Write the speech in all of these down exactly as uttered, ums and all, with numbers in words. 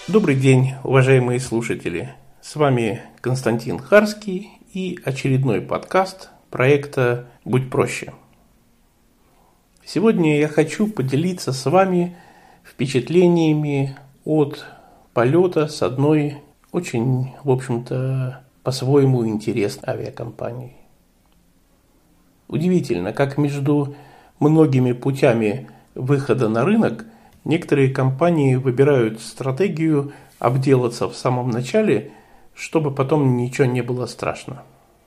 Добрый день, уважаемые слушатели. С вами Константин Харский и очередной подкаст проекта «Будь проще». Сегодня я хочу поделиться с вами впечатлениями от полета с одной очень, в общем-то, по-своему интересной авиакомпанией. Удивительно, как между многими путями выхода на рынок некоторые компании выбирают стратегию обделаться в самом начале, чтобы потом ничего не было страшно.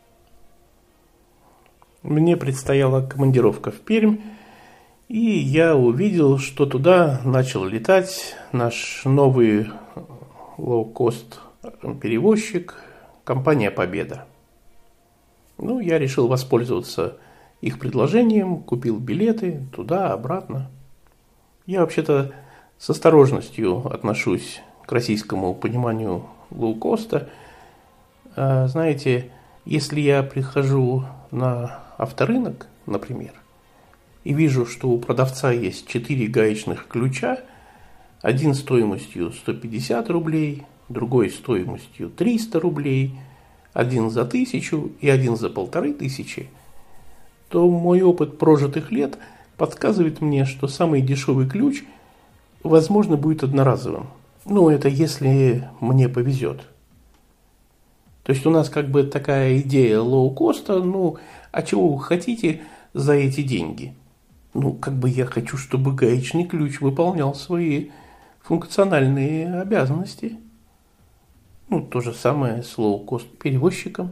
Мне предстояла командировка в Пермь, и я увидел, что туда начал летать наш новый лоу-кост перевозчик, компания «Победа». Ну, я решил воспользоваться их предложением, купил билеты туда, обратно. Я вообще-то с осторожностью отношусь к российскому пониманию лоукоста. Знаете, если я прихожу на авторынок, например, и вижу, что у продавца есть четыре гаечных ключа, один стоимостью сто пятьдесят рублей, другой стоимостью триста рублей, один за тысячу и один за полторы тысячи, то мой опыт прожитых лет подсказывает мне, что самый дешевый ключ, возможно, будет одноразовым. Ну, это если мне повезет. То есть у нас как бы такая идея лоу-коста, ну, а чего вы хотите за эти деньги? Ну, как бы я хочу, чтобы гаечный ключ выполнял свои функциональные обязанности. Ну, то же самое с лоу-кост перевозчиком.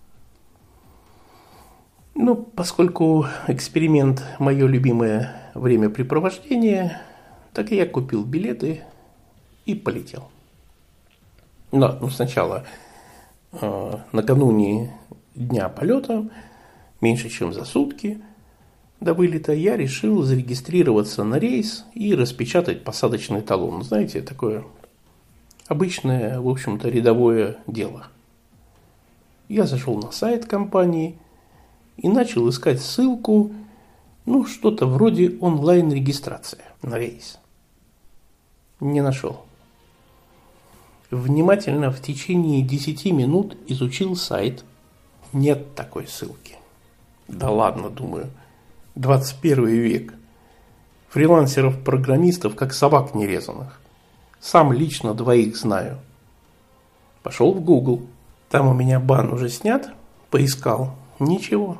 Ну, поскольку эксперимент – мое любимое времяпрепровождение, так и я купил билеты и полетел. Но ну, сначала э, накануне дня полета, меньше чем за сутки до вылета, я решил зарегистрироваться на рейс и распечатать посадочный талон. Знаете, такое обычное, в общем-то, рядовое дело. Я зашел на сайт компании и начал искать ссылку, ну, что-то вроде онлайн-регистрация на рейс. Не нашел. Внимательно в течение десяти минут изучил сайт. Нет такой ссылки. Да ладно, думаю. двадцать первый век. Фрилансеров-программистов, как собак нерезанных. Сам лично двоих знаю. Пошел в Google. Там у меня бан уже снят. Поискал. Ничего.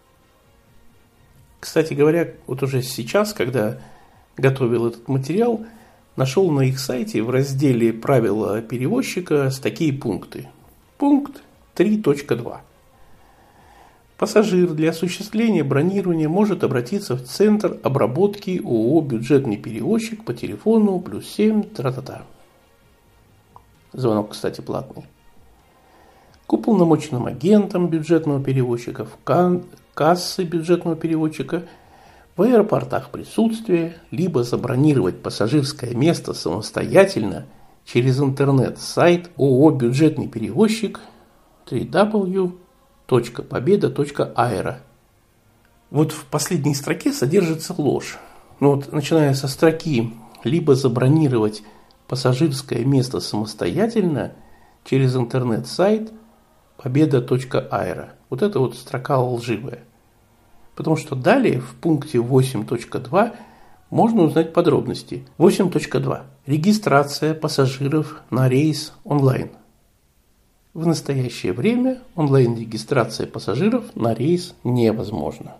Кстати говоря, вот уже сейчас, когда готовил этот материал, нашел на их сайте в разделе «Правила перевозчика» такие пункты. Пункт три точка два. Пассажир для осуществления бронирования может обратиться в Центр обработки ООО «Бюджетный перевозчик» по телефону плюс семь тра-та-та. Звонок, кстати, платный. К уполномоченным агентам бюджетного перевозчика, в кан- кассы бюджетного перевозчика, в аэропортах присутствия, либо забронировать пассажирское место самостоятельно через интернет-сайт ООО «Бюджетный перевозчик» дабл ю дабл ю дабл ю точка победа точка аэро. Вот в последней строке содержится ложь. Ну вот, начиная со строки «либо забронировать пассажирское место самостоятельно через интернет-сайт победа точка аэро». Вот это вот строка лживая. Потому что далее в пункте восемь точка два можно узнать подробности. восемь точка два. Регистрация пассажиров на рейс онлайн. В настоящее время онлайн-регистрация пассажиров на рейс невозможна.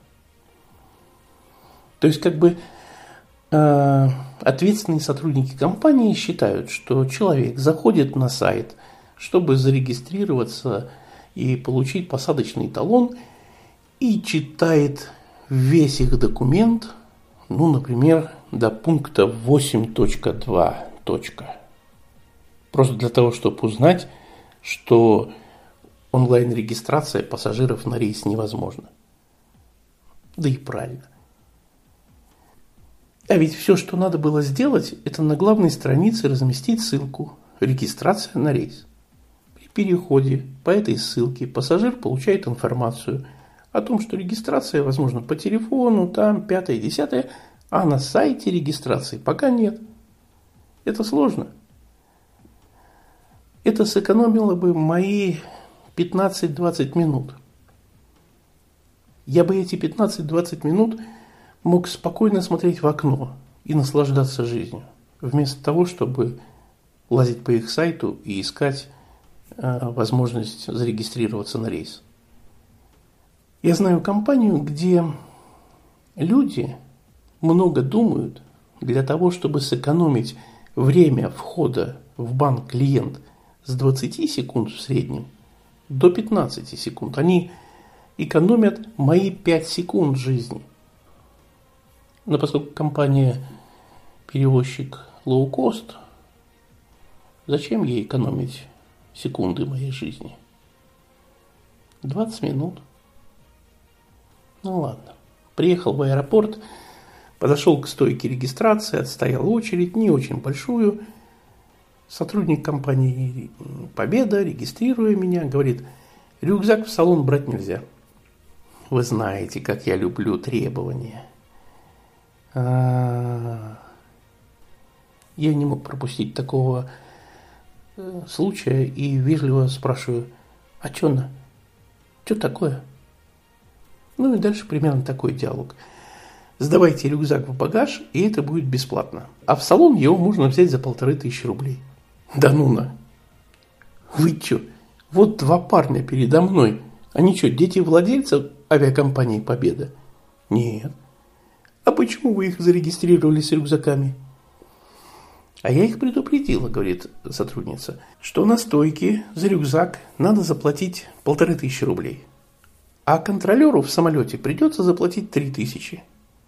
То есть, как бы э, ответственные сотрудники компании считают, что человек заходит на сайт, чтобы зарегистрироваться и получить посадочный талон, и читает весь их документ, ну, например, до пункта восемь точка два. Просто для того, чтобы узнать, что онлайн-регистрация пассажиров на рейс невозможна. Да и правильно. А ведь все, что надо было сделать, это на главной странице разместить ссылку «Регистрация на рейс». При переходе по этой ссылке пассажир получает информацию о том, что регистрация возможна по телефону, там, пятое, десятое, а на сайте регистрации пока нет. Это сложно. Это сэкономило бы мои пятнадцать-двадцать минут. Я бы эти пятнадцать-двадцать минут мог спокойно смотреть в окно и наслаждаться жизнью, вместо того, чтобы лазить по их сайту и искать э, возможность зарегистрироваться на рейс. Я знаю компанию, где люди много думают для того, чтобы сэкономить время входа в банк клиент с двадцати секунд в среднем до пятнадцати секунд. Они экономят мои пять секунд жизни. Но поскольку компания перевозчик лоу-кост, зачем ей экономить секунды моей жизни? двадцать минут. Ну ладно. Приехал в аэропорт, подошел к стойке регистрации, отстоял очередь, не очень большую. Сотрудник компании «Победа», регистрируя меня, говорит: рюкзак в салон брать нельзя. Вы знаете, как я люблю требования. А-а-а. Я не мог пропустить такого э, случая и вежливо спрашиваю: а что на? Что такое? Ну и дальше примерно такой диалог. Сдавайте рюкзак в багаж, и это будет бесплатно. А в салон его можно взять за полторы тысячи рублей. Да ну на! Вы что? Вот два парня передо мной. Они что, дети владельцев авиакомпании «Победа»? Нет. А почему вы их зарегистрировали с рюкзаками? А я их предупредила, говорит сотрудница, что на стойке за рюкзак надо заплатить полторы тысячи рублей. А контролеру в самолете придется заплатить три тысячи.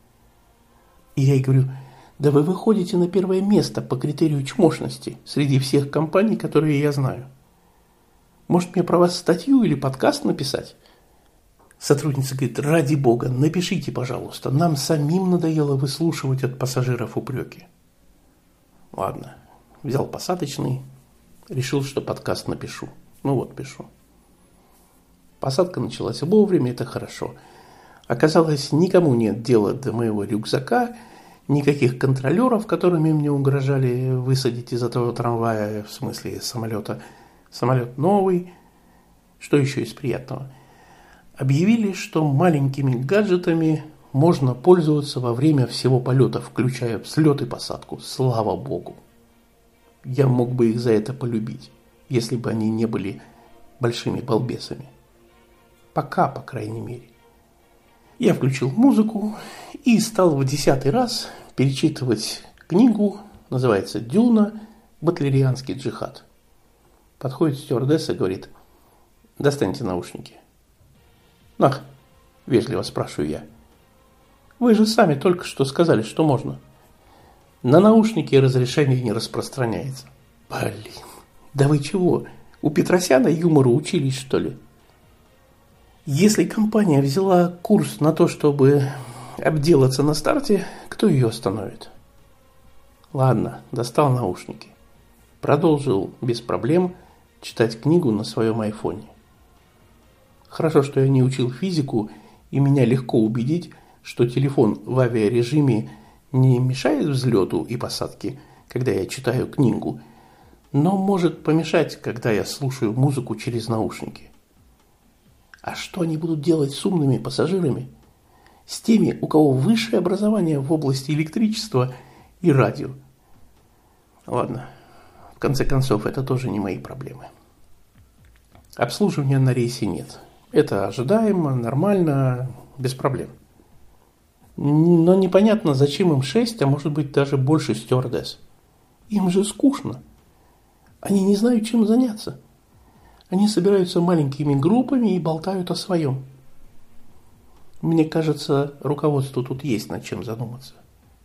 И я ей говорю: да вы выходите на первое место по критерию чмошности среди всех компаний, которые я знаю. Может, мне про вас статью или подкаст написать? Сотрудница говорит: ради бога, напишите, пожалуйста. Нам самим надоело выслушивать от пассажиров упреки. Ладно, взял посадочный, решил, что подкаст напишу. Ну вот, пишу. Посадка началась вовремя, это хорошо. Оказалось, никому нет дела до моего рюкзака, никаких контролеров, которыми мне угрожали высадить из этого трамвая, в смысле самолета. Самолет новый. Что еще из приятного? Объявили, что маленькими гаджетами можно пользоваться во время всего полета, включая взлет и посадку. Слава богу. Я мог бы их за это полюбить, если бы они не были большими балбесами. Пока, по крайней мере. Я включил музыку и стал в десятый раз перечитывать книгу, называется «Дюна. Батлерианский джихад». Подходит стюардесса и говорит: достаньте наушники. Нах, вежливо спрашиваю я. Вы же сами только что сказали, что можно. На наушники разрешение не распространяется. Блин, да вы чего? У Петросяна юмору учились, что ли? Если компания взяла курс на то, чтобы обделаться на старте, кто ее остановит? Ладно, достал наушники. Продолжил без проблем читать книгу на своем айфоне. Хорошо, что я не учил физику, и меня легко убедить, что телефон в авиарежиме не мешает взлету и посадке, когда я читаю книгу, но может помешать, когда я слушаю музыку через наушники. А что они будут делать с умными пассажирами? С теми, у кого высшее образование в области электричества и радио? Ладно, в конце концов, это тоже не мои проблемы. Обслуживания на рейсе нет. Это ожидаемо, нормально, без проблем. Но непонятно, зачем им шесть, а может быть даже больше стюардесс. Им же скучно. Они не знают, чем заняться. Они собираются маленькими группами и болтают о своем. Мне кажется, руководству тут есть над чем задуматься.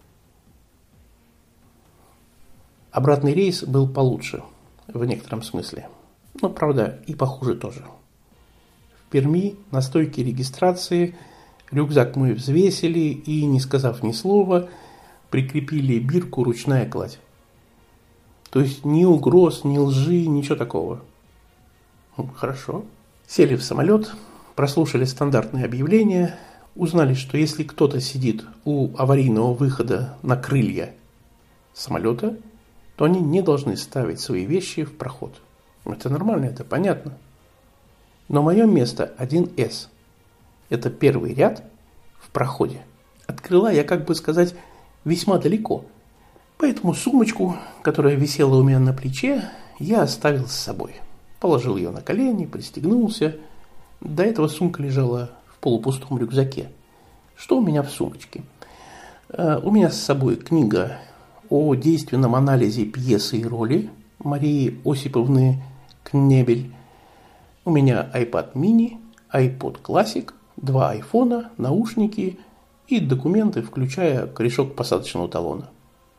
Обратный рейс был получше, в некотором смысле. Но, правда, и похуже тоже. В Перми на стойке регистрации рюкзак мы взвесили и, не сказав ни слова, прикрепили бирку «Ручная кладь». То есть ни угроз, ни лжи, ничего такого. Хорошо. Сели в самолет, прослушали стандартные объявления, узнали, что если кто-то сидит у аварийного выхода на крылья самолета, то они не должны ставить свои вещи в проход. Это нормально, это понятно. Но мое место один эс. Это первый ряд в проходе. Открыла я, как бы сказать, весьма далеко. Поэтому сумочку, которая висела у меня на плече, я оставил с собой. Положил ее на колени, пристегнулся. До этого сумка лежала в полупустом рюкзаке. Что у меня в сумочке? У меня с собой книга о действенном анализе пьесы и роли Марии Осиповны Кнебель. У меня iPad mini, iPod Classic, два айфона, наушники и документы, включая корешок посадочного талона.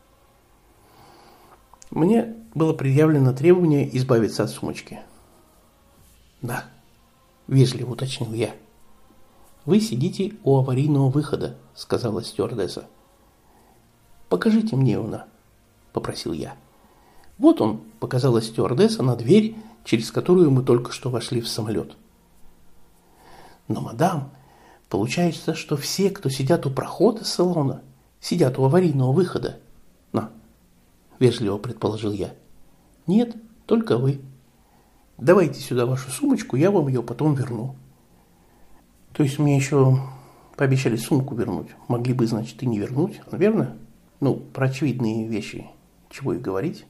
Мне было предъявлено требование избавиться от сумочки. «Да», – вежливо уточнил я. «Вы сидите у аварийного выхода», – сказала стюардесса. «Покажите мне его», – попросил я. «Вот он», – показала стюардесса на дверь, через которую мы только что вошли в самолет. «Но, мадам, получается, что все, кто сидят у прохода салона, сидят у аварийного выхода». «На», – вежливо предположил я. «Нет, только вы. Давайте сюда вашу сумочку, я вам ее потом верну». То есть мне еще пообещали сумку вернуть. Могли бы, значит, и не вернуть, верно? Ну, про очевидные вещи. Чего и говорить.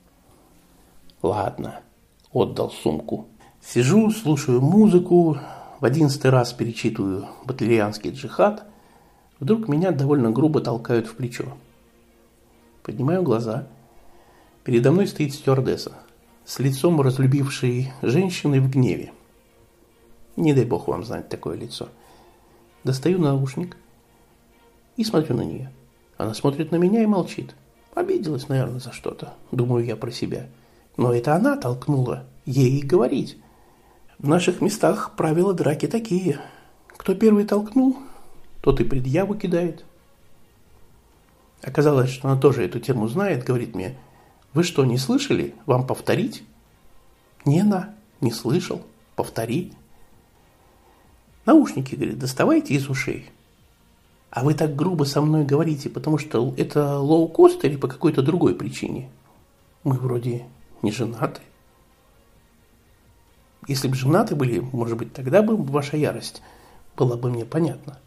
Ладно, отдал сумку. Сижу, слушаю музыку, в одиннадцатый раз перечитываю «Батлерианский джихад». Вдруг меня довольно грубо толкают в плечо. Поднимаю глаза. Передо мной стоит стюардесса с лицом разлюбившей женщины в гневе. Не дай бог вам знать такое лицо. Достаю наушник и смотрю на нее. Она смотрит на меня и молчит. Обиделась, наверное, за что-то, думаю я про себя. Но это она толкнула, ей и говорить. В наших местах правила драки такие. Кто первый толкнул, тот и предъяву кидает. Оказалось, что она тоже эту тему знает, говорит мне: «Вы что, не слышали? Вам повторить?» «Не на, не слышал. Повтори». Наушники, говорит, доставайте из ушей. А вы так грубо со мной говорите, потому что это лоу-кост или по какой-то другой причине? Мы вроде не женаты. Если бы женаты были, может быть, тогда бы ваша ярость была бы мне понятна.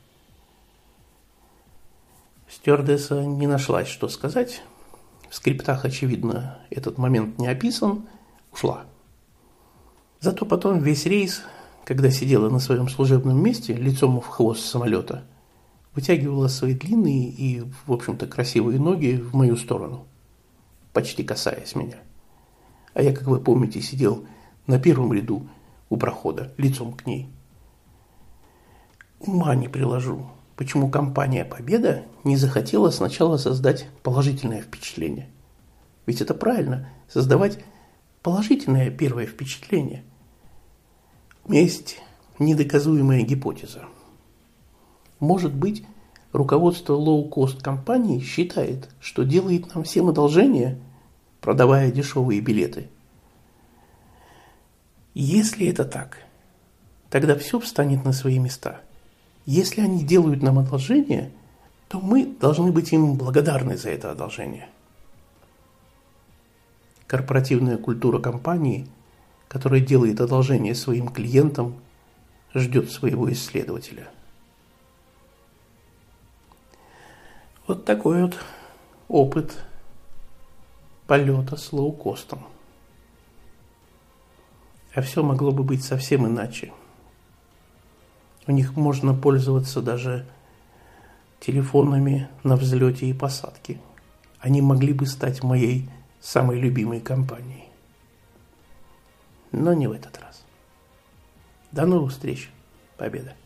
Стюардесса не нашлась, что сказать. В скриптах, очевидно, этот момент не описан. Ушла. Зато потом весь рейс, когда сидела на своем служебном месте, лицом в хвост самолета, вытягивала свои длинные и, в общем-то, красивые ноги в мою сторону, почти касаясь меня. А я, как вы помните, сидел на первом ряду у прохода, лицом к ней. Ума не приложу, почему компания «Победа» не захотела сначала создать положительное впечатление. Ведь это правильно, создавать положительное первое впечатление. У меня есть недоказуемая гипотеза. Может быть, руководство лоу-кост компании считает, что делает нам всем одолжение, продавая дешевые билеты. Если это так, тогда все встанет на свои места. Если они делают нам одолжение, то мы должны быть им благодарны за это одолжение. Корпоративная культура компании, которая делает одолжение своим клиентам, ждет своего исследователя. Вот такой вот опыт полета с лоукостом. А все могло бы быть совсем иначе. У них можно пользоваться даже телефонами на взлете и посадке. Они могли бы стать моей самой любимой компанией. Но не в этот раз. До новых встреч. Победа.